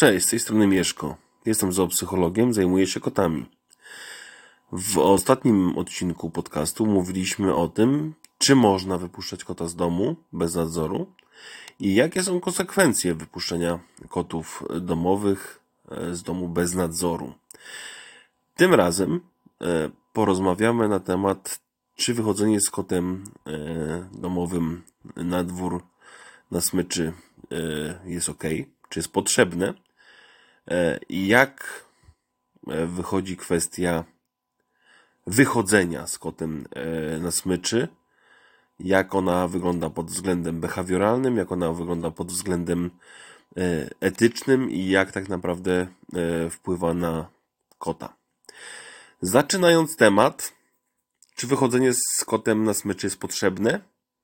Cześć, z tej strony Mieszko. Jestem zoopsychologiem, zajmuję się kotami. W ostatnim odcinku podcastu mówiliśmy o tym, czy można wypuszczać kota z domu bez nadzoru i jakie są konsekwencje wypuszczenia kotów domowych z domu bez nadzoru. Tym razem porozmawiamy na temat, czy wychodzenie z kotem domowym na dwór, na smyczy jest ok, czy jest potrzebne. I jak wychodzi kwestia wychodzenia z kotem na smyczy, jak ona wygląda pod względem behawioralnym, jak ona wygląda pod względem etycznym i jak tak naprawdę wpływa na kota. Zaczynając temat, czy wychodzenie z kotem na smyczy jest potrzebne?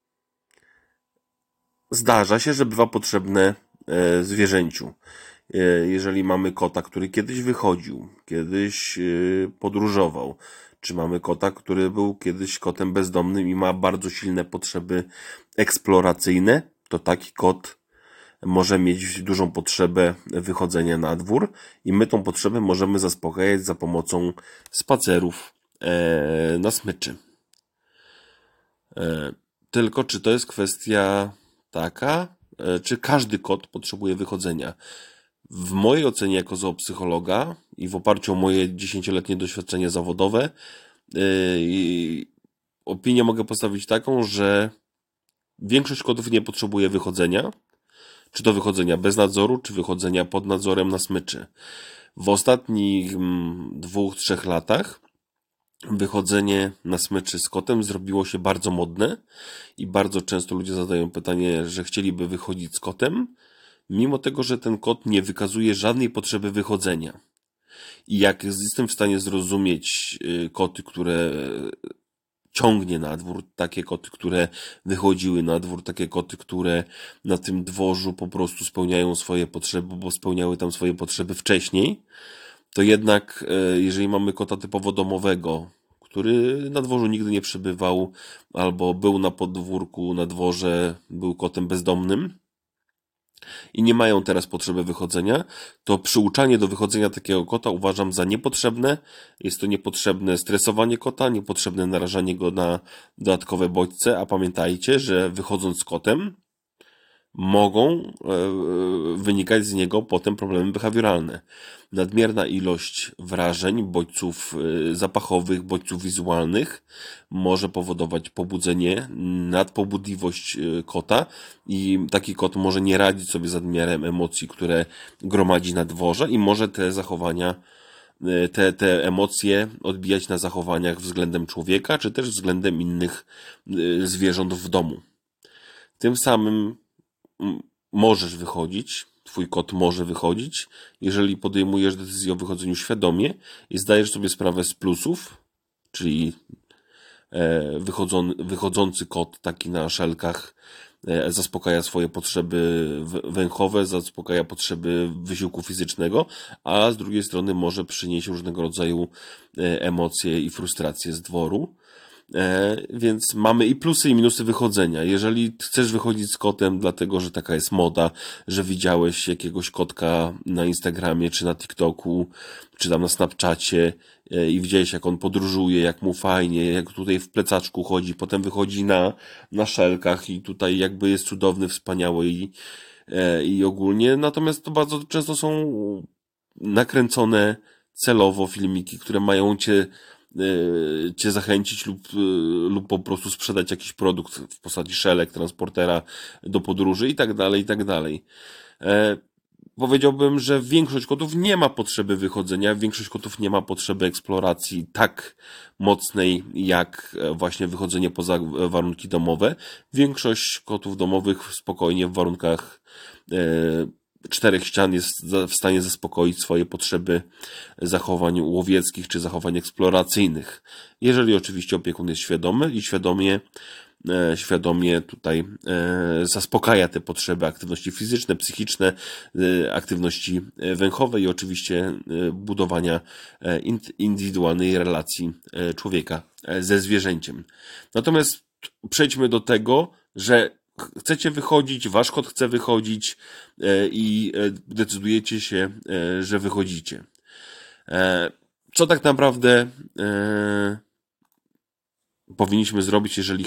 Zdarza się, że bywa potrzebne zwierzęciu. Jeżeli mamy kota, który kiedyś wychodził, kiedyś podróżował, czy mamy kota, który był kiedyś kotem bezdomnym i ma bardzo silne potrzeby eksploracyjne, to taki kot może mieć dużą potrzebę wychodzenia na dwór i my tą potrzebę możemy zaspokajać za pomocą spacerów na smyczy. Tylko czy to jest kwestia taka, czy każdy kot potrzebuje wychodzenia? W mojej ocenie jako zoopsychologa i w oparciu o moje 10-letnie doświadczenie zawodowe opinię mogę postawić taką, że większość kotów nie potrzebuje wychodzenia, czy to wychodzenia bez nadzoru, czy wychodzenia pod nadzorem na smyczy. W ostatnich 2-3 latach wychodzenie na smyczy z kotem zrobiło się bardzo modne i bardzo często ludzie zadają pytanie, że chcieliby wychodzić z kotem, mimo tego, że ten kot nie wykazuje żadnej potrzeby wychodzenia. I jak jestem w stanie zrozumieć koty, które ciągnie na dwór, takie koty, które wychodziły na dwór, takie koty, które na tym dworzu po prostu spełniają swoje potrzeby, bo spełniały tam swoje potrzeby wcześniej, to jednak jeżeli mamy kota typowo domowego, który na dworzu nigdy nie przebywał, albo był na podwórku, na dworze, był kotem bezdomnym, i nie mają teraz potrzeby wychodzenia, to przyuczanie do wychodzenia takiego kota uważam za niepotrzebne. Jest to niepotrzebne stresowanie kota, niepotrzebne narażanie go na dodatkowe bodźce, a pamiętajcie, że wychodząc z kotem mogą wynikać z niego potem problemy behawioralne. Nadmierna ilość wrażeń, bodźców zapachowych, bodźców wizualnych może powodować pobudzenie, nadpobudliwość kota i taki kot może nie radzić sobie z nadmiarem emocji, które gromadzi na dworze i może te zachowania, te emocje odbijać na zachowaniach względem człowieka, czy też względem innych zwierząt w domu. Tym samym możesz wychodzić, twój kot może wychodzić, jeżeli podejmujesz decyzję o wychodzeniu świadomie i zdajesz sobie sprawę z plusów, czyli wychodzący kot taki na szelkach zaspokaja swoje potrzeby węchowe, zaspokaja potrzeby wysiłku fizycznego, a z drugiej strony może przynieść różnego rodzaju emocje i frustracje z dworu. Więc mamy i plusy i minusy wychodzenia. Jeżeli chcesz wychodzić z kotem, dlatego że taka jest moda, że widziałeś jakiegoś kotka na Instagramie, czy na TikToku, czy tam na Snapchacie i widziałeś, jak on podróżuje, jak mu fajnie, jak tutaj w plecaczku chodzi, potem wychodzi na szelkach i tutaj jakby jest cudowny, wspaniały i ogólnie. Natomiast to bardzo często są nakręcone celowo filmiki, które mają cię zachęcić lub po prostu sprzedać jakiś produkt w postaci szelek, transportera do podróży i tak dalej, i tak dalej. Powiedziałbym, że większość kotów nie ma potrzeby wychodzenia, większość kotów nie ma potrzeby eksploracji tak mocnej jak właśnie wychodzenie poza warunki domowe. Większość kotów domowych spokojnie w warunkach 4 ścian jest w stanie zaspokoić swoje potrzeby zachowań łowieckich czy zachowań eksploracyjnych. Jeżeli oczywiście opiekun jest świadomy i świadomie tutaj zaspokaja te potrzeby, aktywności fizyczne, psychiczne, aktywności węchowe i oczywiście budowania indywidualnej relacji człowieka ze zwierzęciem. Natomiast przejdźmy do tego, że chcecie wychodzić, wasz kot chce wychodzić i decydujecie się, że wychodzicie. Co tak naprawdę powinniśmy zrobić, jeżeli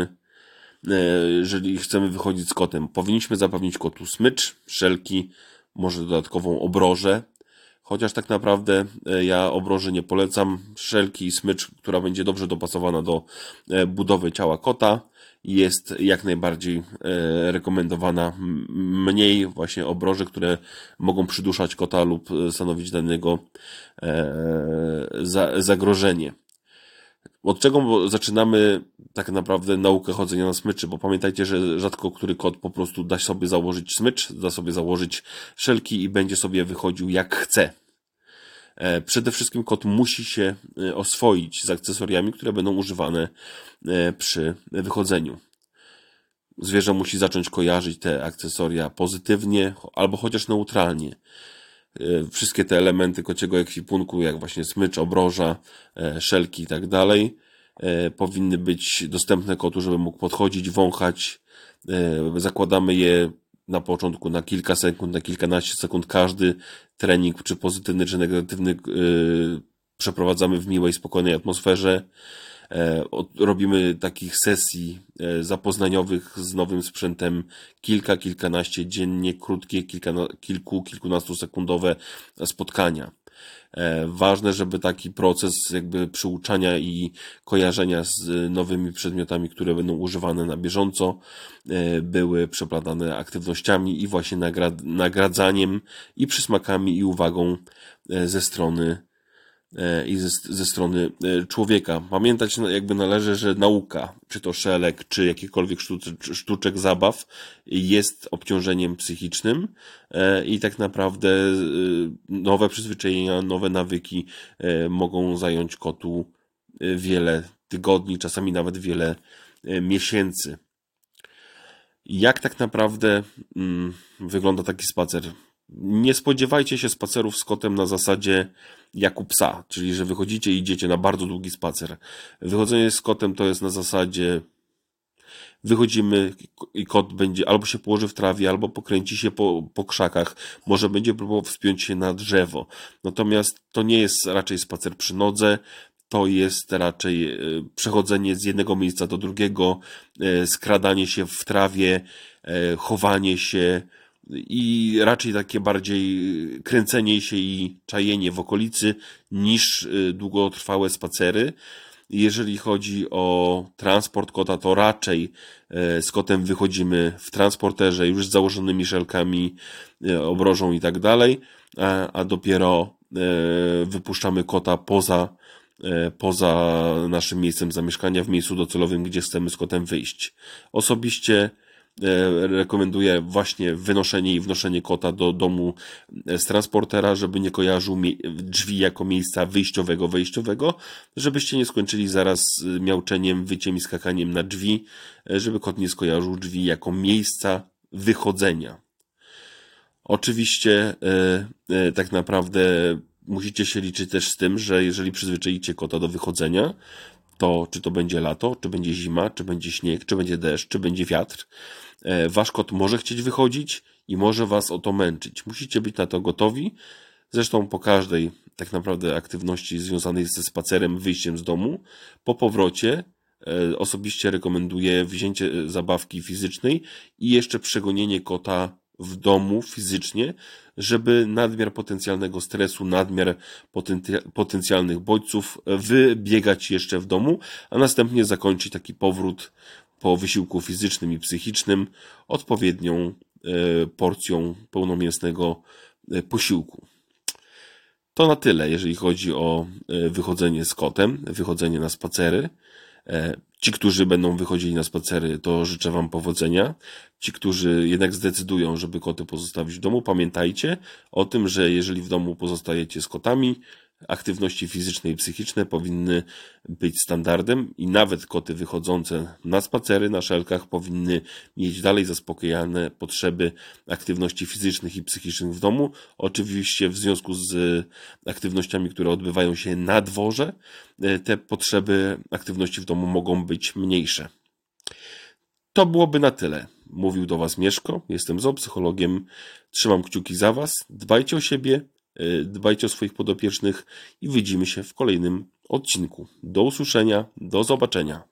chcemy wychodzić z kotem? Powinniśmy zapewnić kotu smycz, szelki, może dodatkową obrożę. Chociaż tak naprawdę ja obroży nie polecam. Szelki i smycz, która będzie dobrze dopasowana do budowy ciała kota, jest jak najbardziej rekomendowana. Mniej właśnie obroży, które mogą przyduszać kota lub stanowić dla niego zagrożenie. Od czego zaczynamy tak naprawdę naukę chodzenia na smyczy? Bo pamiętajcie, że rzadko który kot po prostu da sobie założyć smycz, da sobie założyć szelki i będzie sobie wychodził jak chce. Przede wszystkim kot musi się oswoić z akcesoriami, które będą używane przy wychodzeniu. Zwierzę musi zacząć kojarzyć te akcesoria pozytywnie albo chociaż neutralnie. Wszystkie te elementy kociego ekwipunku, jak właśnie smycz, obroża, szelki i tak dalej, powinny być dostępne kotu, żeby mógł podchodzić, wąchać. Zakładamy je na początku na kilka sekund, na kilkanaście sekund. Każdy trening, czy pozytywny, czy negatywny, przeprowadzamy w miłej, spokojnej atmosferze. Robimy takich sesji zapoznaniowych z nowym sprzętem kilkanaście dziennie, krótkie, kilkunastu sekundowe spotkania. Ważne, żeby taki proces jakby przyuczania i kojarzenia z nowymi przedmiotami, które będą używane na bieżąco, były przeplatane aktywnościami i właśnie nagradzaniem i przysmakami i uwagą ze strony człowieka. Pamiętać jakby należy, że nauka, czy to szelek, czy jakichkolwiek sztuczek zabaw jest obciążeniem psychicznym i tak naprawdę nowe przyzwyczajenia, nowe nawyki mogą zająć kotu wiele tygodni, czasami nawet wiele miesięcy. Jak tak naprawdę wygląda taki spacer? Nie spodziewajcie się spacerów z kotem na zasadzie jak u psa, czyli że wychodzicie i idziecie na bardzo długi spacer. Wychodzenie z kotem to jest na zasadzie wychodzimy i kot będzie albo się położy w trawie, albo pokręci się po krzakach, może będzie próbował wspiąć się na drzewo. Natomiast to nie jest raczej spacer przy nodze, to jest raczej przechodzenie z jednego miejsca do drugiego, skradanie się w trawie, chowanie się i raczej takie bardziej kręcenie się i czajenie w okolicy niż długotrwałe spacery. Jeżeli chodzi o transport kota, to raczej z kotem wychodzimy w transporterze już z założonymi szelkami, obrożą i tak dalej, a dopiero wypuszczamy kota poza naszym miejscem zamieszkania, w miejscu docelowym, gdzie chcemy z kotem wyjść. Osobiście rekomenduję właśnie wynoszenie i wnoszenie kota do domu z transportera, żeby nie kojarzył drzwi jako miejsca wejściowego, żebyście nie skończyli zaraz miauczeniem, wyciem i skakaniem na drzwi, żeby kot nie skojarzył drzwi jako miejsca wychodzenia. Oczywiście tak naprawdę musicie się liczyć też z tym, że jeżeli przyzwyczaicie kota do wychodzenia, to czy to będzie lato, czy będzie zima, czy będzie śnieg, czy będzie deszcz, czy będzie wiatr, wasz kot może chcieć wychodzić i może was o to męczyć. Musicie być na to gotowi. Zresztą po każdej tak naprawdę aktywności związanej ze spacerem, wyjściem z domu, po powrocie osobiście rekomenduję wzięcie zabawki fizycznej i jeszcze przegonienie kota w domu fizycznie, żeby nadmiar potencjalnego stresu, nadmiar potencjalnych bodźców wybiegać jeszcze w domu, a następnie zakończyć taki powrót po wysiłku fizycznym i psychicznym odpowiednią porcją pełnomięsnego posiłku. To na tyle, jeżeli chodzi o wychodzenie z kotem, wychodzenie na spacery. Ci, którzy będą wychodzili na spacery, to życzę wam powodzenia. Ci, którzy jednak zdecydują, żeby koty pozostawić w domu, pamiętajcie o tym, że jeżeli w domu pozostajecie z kotami, aktywności fizyczne i psychiczne powinny być standardem i nawet koty wychodzące na spacery na szelkach powinny mieć dalej zaspokojane potrzeby aktywności fizycznych i psychicznych w domu. Oczywiście w związku z aktywnościami, które odbywają się na dworze, te potrzeby aktywności w domu mogą być mniejsze. To byłoby na tyle. Mówił do Was Mieszko, jestem zoopsychologiem, trzymam kciuki za Was, dbajcie o siebie, dbajcie o swoich podopiecznych i widzimy się w kolejnym odcinku. Do usłyszenia, do zobaczenia.